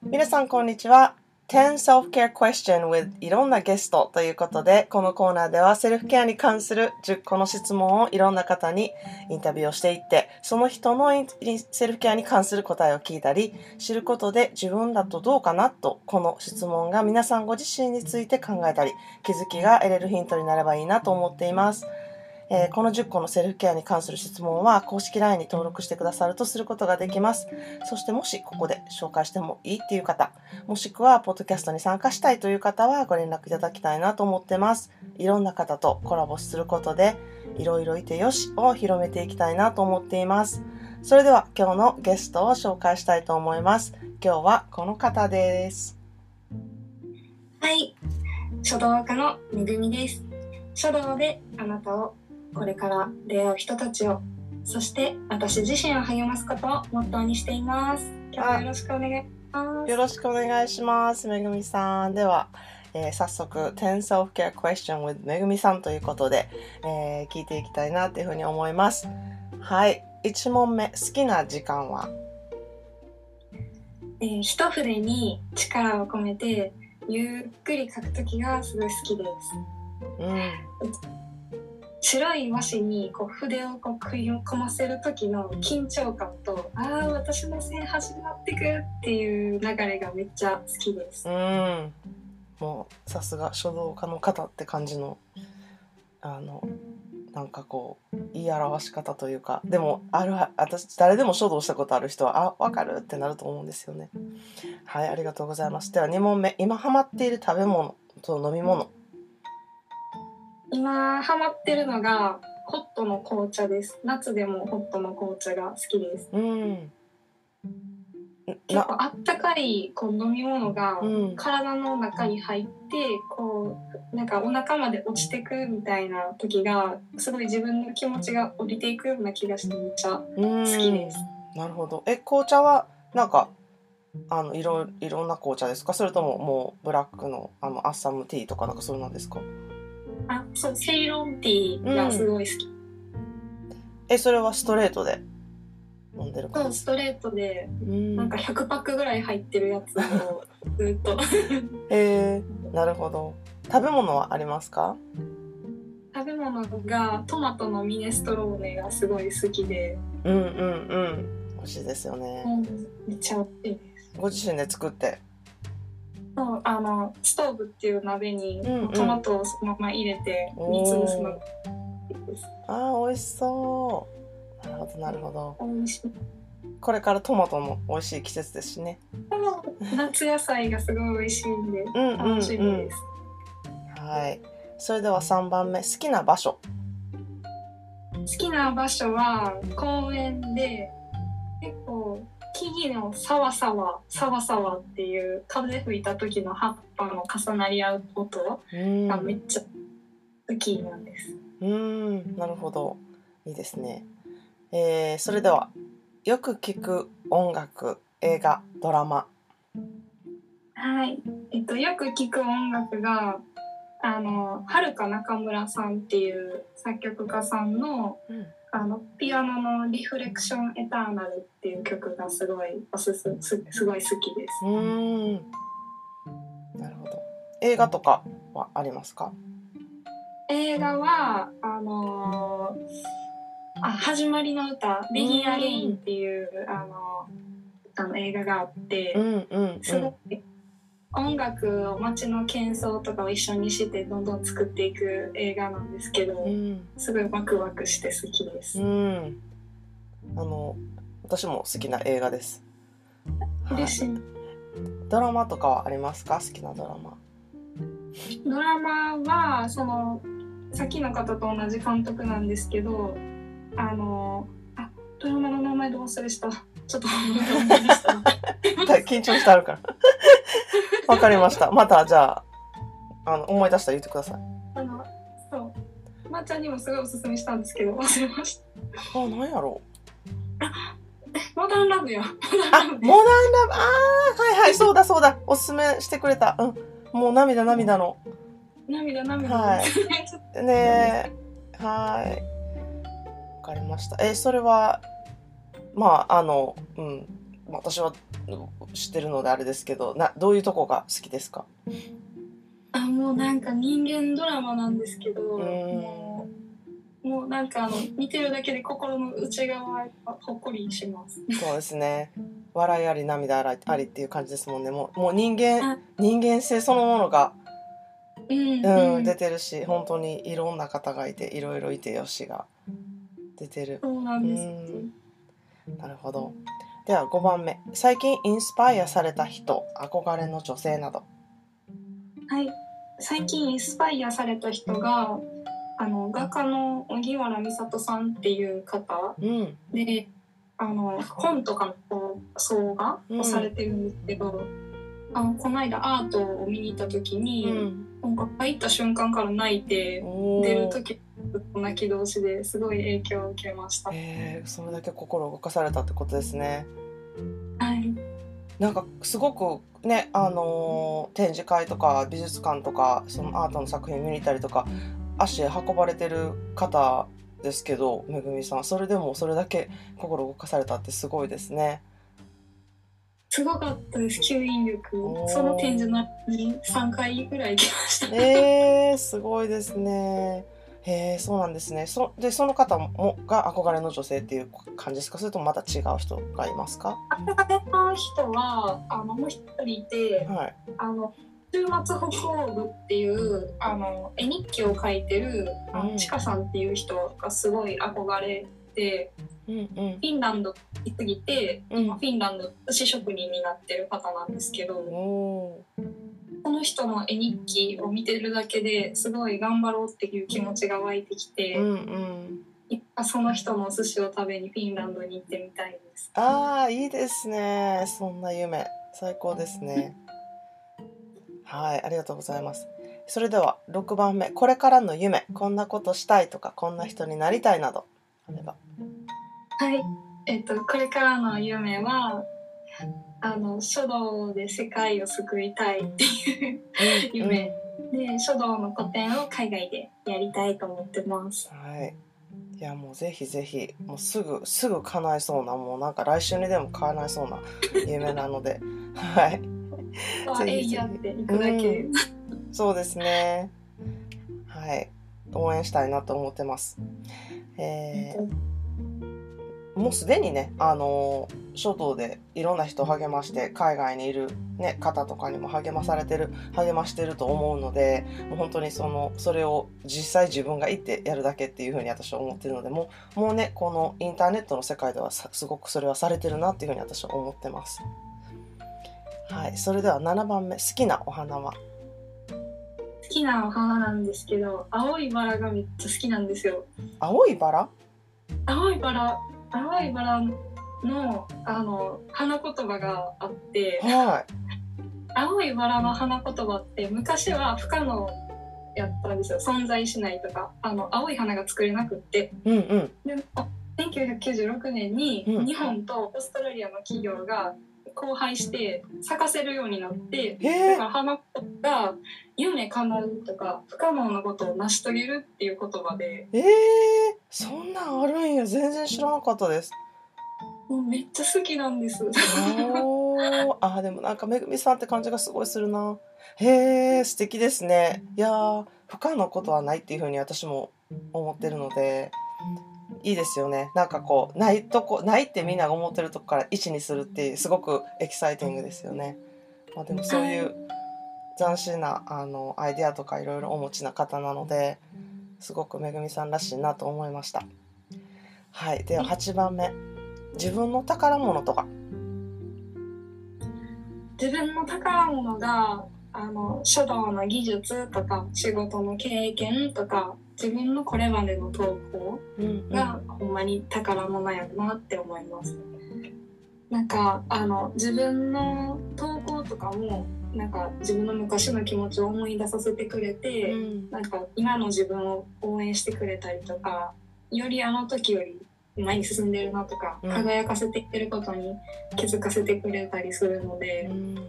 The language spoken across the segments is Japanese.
皆さんこんにちは。10 Self-Care Question with いろんなゲストということで、このコーナーではセルフケアに関する10個の質問をいろんな方にインタビューをしていって、その人のセルフケアに関する答えを聞いたり、知ることで自分だとどうかなと、この質問が皆さんご自身について考えたり、気づきが得れるヒントになればいいなと思っています。この10個のセルフケアに関する質問は公式 LINE に登録してくださるとすることができます。そしてもしここで紹介してもいいっていう方、もしくはポッドキャストに参加したいという方はご連絡いただきたいなと思ってます。いろんな方とコラボすることでいろいろいてよしを広めていきたいなと思っています。それでは今日のゲストを紹介したいと思います。今日はこの方です。 はい、書道家のめぐみです。書道であなたをこれから出会う人たちを、そして私自身を励ますことをモットーにしています。今日はよろしくお願いします。 よろしくお願いします、めぐみさん。では、早速10 Self-Care Question with めぐみさんということで、聞いていきたいなというふうに思います。はい、1問目、好きな時間は？ 一筆に力を込めてゆっくり書くときがすごい好きです。白い和紙に筆を食い込ませる時の緊張感と、私の線始まってくっていう流れがめっちゃ好きです。 もうさすが書道家の方って感じのなんかこう言い表し方というか、でも私誰でも書道したことある人はわかるってなると思うんですよね。はい、ありがとうございます。では2問目、今ハマっている食べ物と飲み物。 今ハマってるのがホットの紅茶です。夏でもホットの紅茶が好きです。結構あったかい飲み物が体の中に入ってなんかお腹まで落ちてくみたいな時がすごい自分の気持ちが降りていくような気がしてめっちゃ好きです。 なるほど。紅茶はなんかいろんな紅茶ですか？それとももうブラックのアッサムティーとかなんかそうなんですか？ そう、セイロンティーがすごい好き。 それはストレートで飲んでる感じ？ そう、ストレートでなんか100パックぐらい入ってるやつをずっとなるほど。食べ物はありますか？ 食べ物がトマトのミネストローネがすごい好きで。 美味しいですよね。 めっちゃ美味しいです。 ご自身で作って？ そう、ストーブっていう鍋にトマトをそのまま入れて煮潰すのがです。 美味しそう。なるほどなるほど。 美味しい。 これからトマトの美味しい季節ですしね。 夏野菜がすごい美味しいんで楽しみです。 はい。それでは3番目、好きな場所。 好きな場所は公園で、結構木々のサワサワっていう風吹いた時の葉っぱの重なり合う音がめっちゃ好きなんです。 なるほど、いいですね。それではよく聞く音楽、映画、ドラマ。 はい、よく聞く音楽がはるか中村さんっていう作曲家さんの、ピアノのリフレクションエターナルっていう曲がすごいすごい好きです。 なるほど。映画とかはありますか？ 映画は始まりの歌、Begin Againっていう映画があって、すごい音楽を街の喧騒とかを一緒にしてどんどん作っていく映画なんですけど、すごいワクワクして好きです。 私も好きな映画です。 嬉しい。 ドラマとかはありますか？好きなドラマ。 ドラマはさっきの方と同じ監督なんですけど、ドラマの名前で忘れした。ちょっと緊張してあるからわかりました。またじゃあ思い出したら言ってください。 そうまーちゃんにもすごいおすすめしたんですけど忘れました。 何やろう。 モダンラブや。モダンラブ。はいはい、そうだおすすめしてくれた。もう涙の涙はいねえ、はいわかりました。それはまあ私は知ってるのであれですけど、どういうとこが好きですか？ もうなんか人間ドラマなんですけど、もうなんか見てるだけで心の内側がほっこりします。 そうですね。笑いあり涙ありっていう感じですもんね。もう人間性そのものが、出てるし、本当にいろんな方がいて、いろいろいてよしが出てる。 そうなんです。 なるほど。では5番目、最近インスパイアされた人、憧れの女性など。 はい、最近インスパイアされた人が画家の荻原美里さんっていう方、で本とかの総画をされてるんですけど、この間アートを見に行った時に、なんか入った瞬間から泣いて、出る時ずっと泣き通しですごい影響を受けました。 それだけ心を動かされたってことですね。 はい。 なんかすごくね、展示会とか美術館とかそのアートの作品見に行ったりとか足運ばれてる方ですけど、めぐみさんそれでもそれだけ心動かされたってすごいですね。 すごかったです。吸引力、その展示のに3回ぐらい行きました。 すごいですね。そうなんですね。その方が憧れの女性っていう感じですか？それともまた違う人がいますか？ 憧れの人はもう一人いて、週末歩行部っていう絵日記を書いてるちかさんっていう人がすごい憧れて、フィンランドに過ぎて、今フィンランド寿司職人になってる方なんですけど、この人の絵日記を見てるだけですごい頑張ろうっていう気持ちが湧いてきて、その人のお寿司を食べにフィンランドに行ってみたいです。 いいですね。そんな夢最高ですね。はい、ありがとうございます。それでは6番目、これからの夢、こんなことしたいとかこんな人になりたいなどあれば。 はい、これからの夢は書道で世界を救いたいっていう夢で、書道の個展を海外でやりたいと思ってます。 はい。いやもうぜひぜひもうすぐ叶えそうな、もうなんか来週にでも叶えそうな夢なのではい。 ぜひぜひやっていくだけ、 そうですね。はい。応援したいなと思ってます。もうすでにね、書道でいろんな人を励まして、海外にいる、ね、方とかにも励ましてると思うので、もう本当にそれを実際自分が行ってやるだけっていうふうに私は思ってるので、もうね、このインターネットの世界ではすごくそれはされてるなっていうふうに私は思ってます。はい、それでは7番目、好きなお花は？ 好きなお花なんですけど、青いバラがめっちゃ好きなんですよ。 青いバラ？ 青いバラの花言葉があって、青いバラの花言葉って昔は不可能やったんですよ。存在しないとか青い花が作れなくって、で1996年に日本とオーストラリアの企業が交配して咲かせるようになって、だから花が夢叶うとか不可能なことを成し遂げるっていう言葉で。 そんなんあるんや。全然知らなかったです。 もうめっちゃ好きなんです。 でもなんかめぐみさんって感じがすごいするな。素敵ですね。いや不可能ことはないっていう風に私も思ってるので、いいですよね。なんかこうないってみんなが思ってるとこから1にするっていうすごくエキサイティングですよね。でもそういう斬新なアイデアとかいろいろお持ちな方なので、すごくめぐみさんらしいなと思いました。はい、では8番目、自分の宝物とか？ 自分の宝物が書道の技術とか仕事の経験とか自分のこれまでの投稿がほんまに宝物やなって思います。なんか自分の投稿とかもなんか自分の昔の気持ちを思い出させてくれて、なんか今の自分を応援してくれたりとか、よりあの時より前に進んでるなとか、輝かせていってることに気づかせてくれたりするので、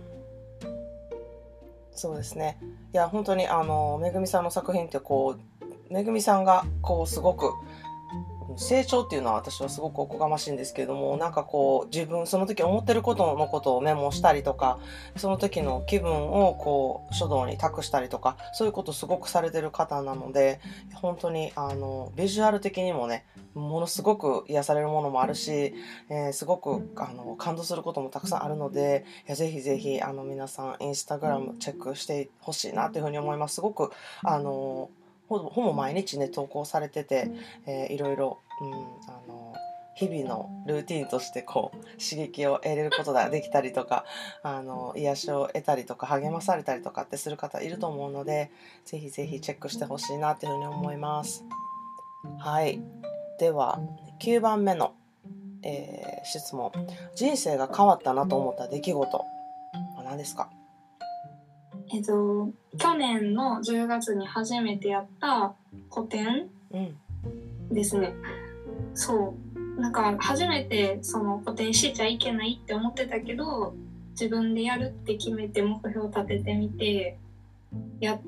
そうですね。いや本当にめぐみさんの作品ってこうめぐみさんがこうすごく成長っていうのは私はすごくおこがましいんですけれども、なんかこう自分その時思ってることのことをメモしたりとか、その時の気分をこう書道に託したりとか、そういうことすごくされてる方なので、本当にビジュアル的にもね、ものすごく癒されるものもあるし、すごく感動することもたくさんあるので、ぜひぜひ皆さんインスタグラムチェックしてほしいなというふうに思います。すごくほぼ毎日ね投稿されてて、いろいろ、日々のルーティンとしてこう刺激を得れることができたりとか、癒しを得たりとか励まされたりとかってする方いると思うので、ぜひぜひチェックしてほしいなというふうに思います。はい、では9番目の、質問。人生が変わったなと思った出来事は何ですか？ 去年の10月に初めてやった個展ですね。そうなんか初めてその個展しちゃいけないって思ってたけど、自分でやるって決めて目標を立ててみてやって、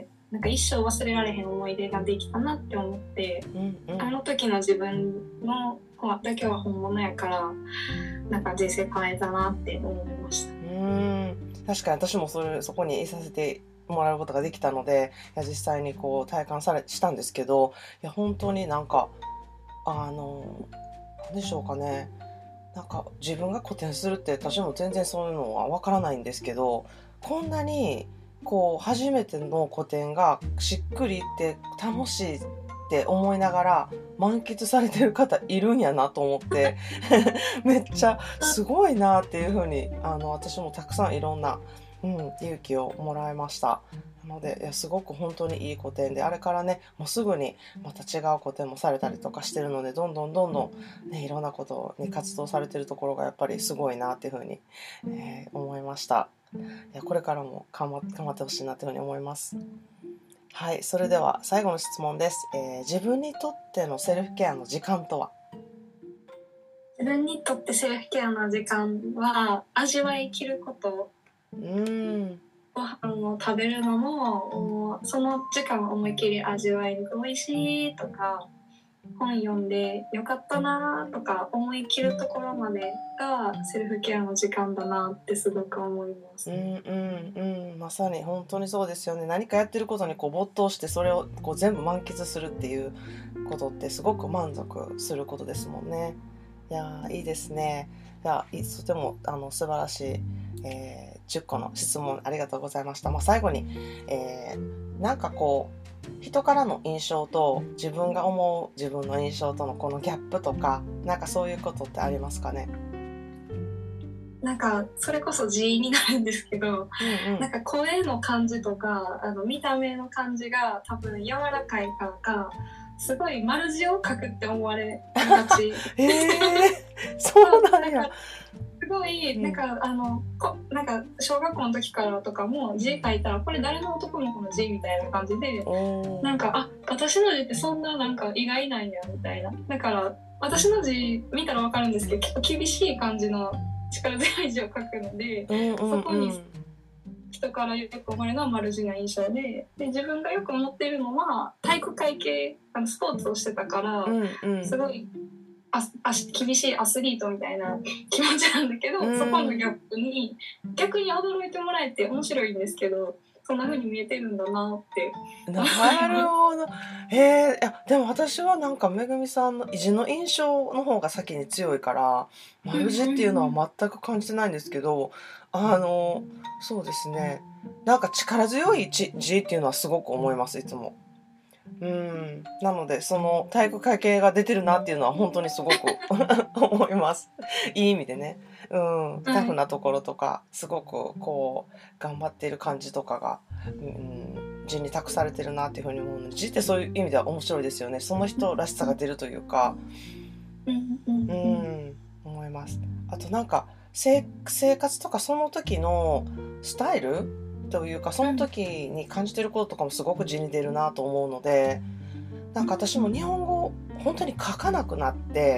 なんか一生忘れられへん思い出ができたなって思って、あの時の自分のだけは本物やから、なんか人生変えたなって思いました。 確かに私もそこにいさせてもらうことができたので、実際にこう体感したんですけど、本当になんか何でしょうかね、なんか自分が個展するって私も全然そういうのはわからないんですけど、こんなにこう初めての個展がしっくりって楽しいって思いながら満喫されてる方いるんやなと思ってめっちゃすごいなっていう風に私もたくさんいろんな、勇気をもらいました。なのですごく本当にいい個展で、あれからねもうすぐにまた違う個展もされたりとかしてるので、どんどん、ね、いろんなことに活動されてるところがやっぱりすごいなっていう風に、思いました。これからも頑張ってほしいなという風に思います。はい、それでは最後の質問です。自分にとってのセルフケアの時間とは？ 自分にとってセルフケアの時間は味わい切ること。ご飯を食べるのもその時間を思いっきり味わいに美味しいとか、本読んでよかったなとか思い切るところまでがセルフケアの時間だなってすごく思います。 まさに本当にそうですよね。何かやってることにこう没頭して、それをこう全部満喫するっていうことってすごく満足することですもんね。いいですね。とても素晴らしい、10個の質問ありがとうございました。最後に、なんかこう人からの印象と自分が思う自分の印象とのこのギャップとか、なんかそういうことってありますかね？ なんかそれこそ字になるんですけど、なんか声の感じとか見た目の感じが多分柔らかいからか、すごい丸字を書くって思われがち。 そうなんや。 すごいなんかなんか小学校の時からとかも字書いたら、これ誰の男の子の字みたいな感じで、なんか私の字ってそんななんか意外なんやみたいな。だから私の字見たら分かるんですけど、結構厳しい感じの力強い字を書くので、そこに人からよく思われるのは丸字な印象で、自分がよく思ってるのは体育会系スポーツをしてたから、すごい厳しいアスリートみたいな気持ちなんだけど、そこのギャップに逆に驚いてもらえて面白いんですけど、そんな風に見えてるんだなってなるほど。でも私はなんかめぐみさんの字の印象の方が先に強いから丸字っていうのは全く感じてないんですけど、そうですね、なんか力強い字っていうのはすごく思います、いつも。なのでその体育会系が出てるなっていうのは本当にすごく思います。いい意味でね。タフなところとかすごくこう頑張っている感じとかが、字に託されてるなっていうふうに思うので、字ってそういう意味では面白いですよね。その人らしさが出るというか、思います。あとなんか生活とかその時のスタイルというか、その時に感じてることとかもすごく字に出るなと思うので、なんか私も日本語本当に書かなくなって、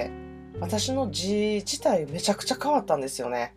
私の字自体めちゃくちゃ変わったんですよね。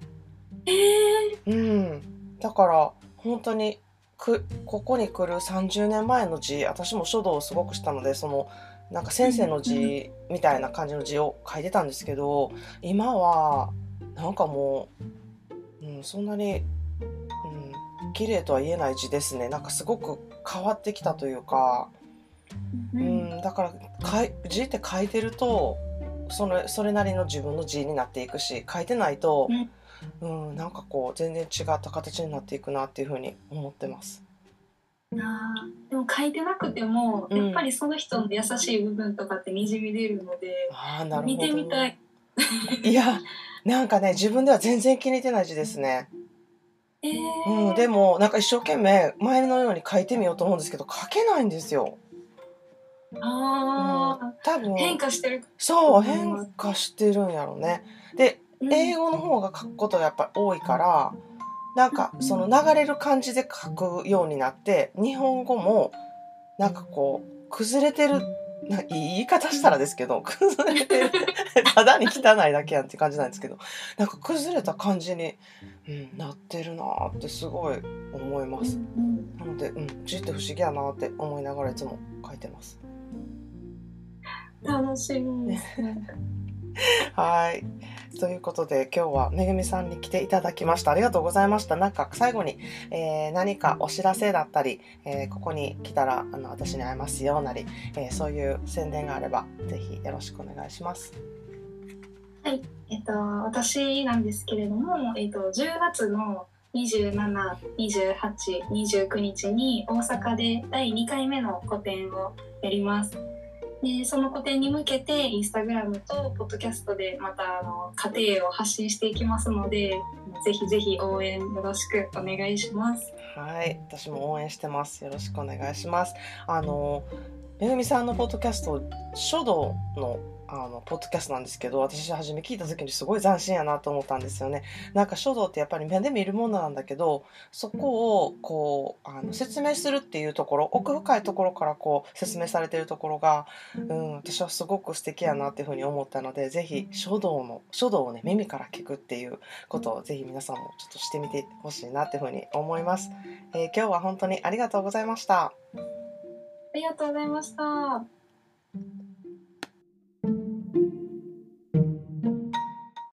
だから本当にここに来る30年前の字、私も書道をすごくしたので、そのなんか先生の字みたいな感じの字を書いてたんですけど、今はなんかもう、そんなに、綺麗とは言えない字ですね。なんかすごく変わってきたというか、だから字って書いてるとそれなりの自分の字になっていくし、書いてないと、なんかこう全然違った形になっていくなっていうふうに思ってます。 でも書いてなくても、やっぱりその人の優しい部分とかってにじみ出るので、 なるほど。 見てみたい。 いや、なんかね、自分では全然気に入ってない字ですね。でもなんか一生懸命前のように書いてみようと思うんですけど、書けないんですよ。多分変化してる。 そう、変化してるんやろね。で、英語の方が書くことがやっぱり多いから、なんかその流れる感じで書くようになって、日本語もなんかこう崩れてる、言い方したらですけど、崩れてるただに汚いだけやんって感じなんですけど、なんか崩れた感じに、なってるなーってすごい思います。なので、字って不思議やなって思いながらいつも書いてます。 楽しみですね。 はい。ということで今日はめぐみさんに来ていただきました。ありがとうございました。なんか最後に、何かお知らせだったり、ここに来たら私に会えますよなり、そういう宣伝があればぜひよろしくお願いします。 はい、私なんですけれども、10月の27、28、29日に大阪で第2回目の個展をやります。でその個展に向けてインスタグラムとポッドキャストでまた過程を発信していきますので、ぜひぜひ応援よろしくお願いします。 はい、私も応援してます。よろしくお願いします。めぐみさんのポッドキャスト、書道のポッドキャストなんですけど、私初め聞いた時にすごい斬新やなと思ったんですよね。なんか書道ってやっぱり目で見るものなんだけど、そこをこう説明するっていうところ、奥深いところからこう説明されているところが、私はすごく素敵やなっていうふうに思ったので、ぜひ書道をね、耳から聞くっていうことをぜひ皆さんもちょっとしてみてほしいなっていうふうに思います。今日は本当にありがとうございました。 ありがとうございました。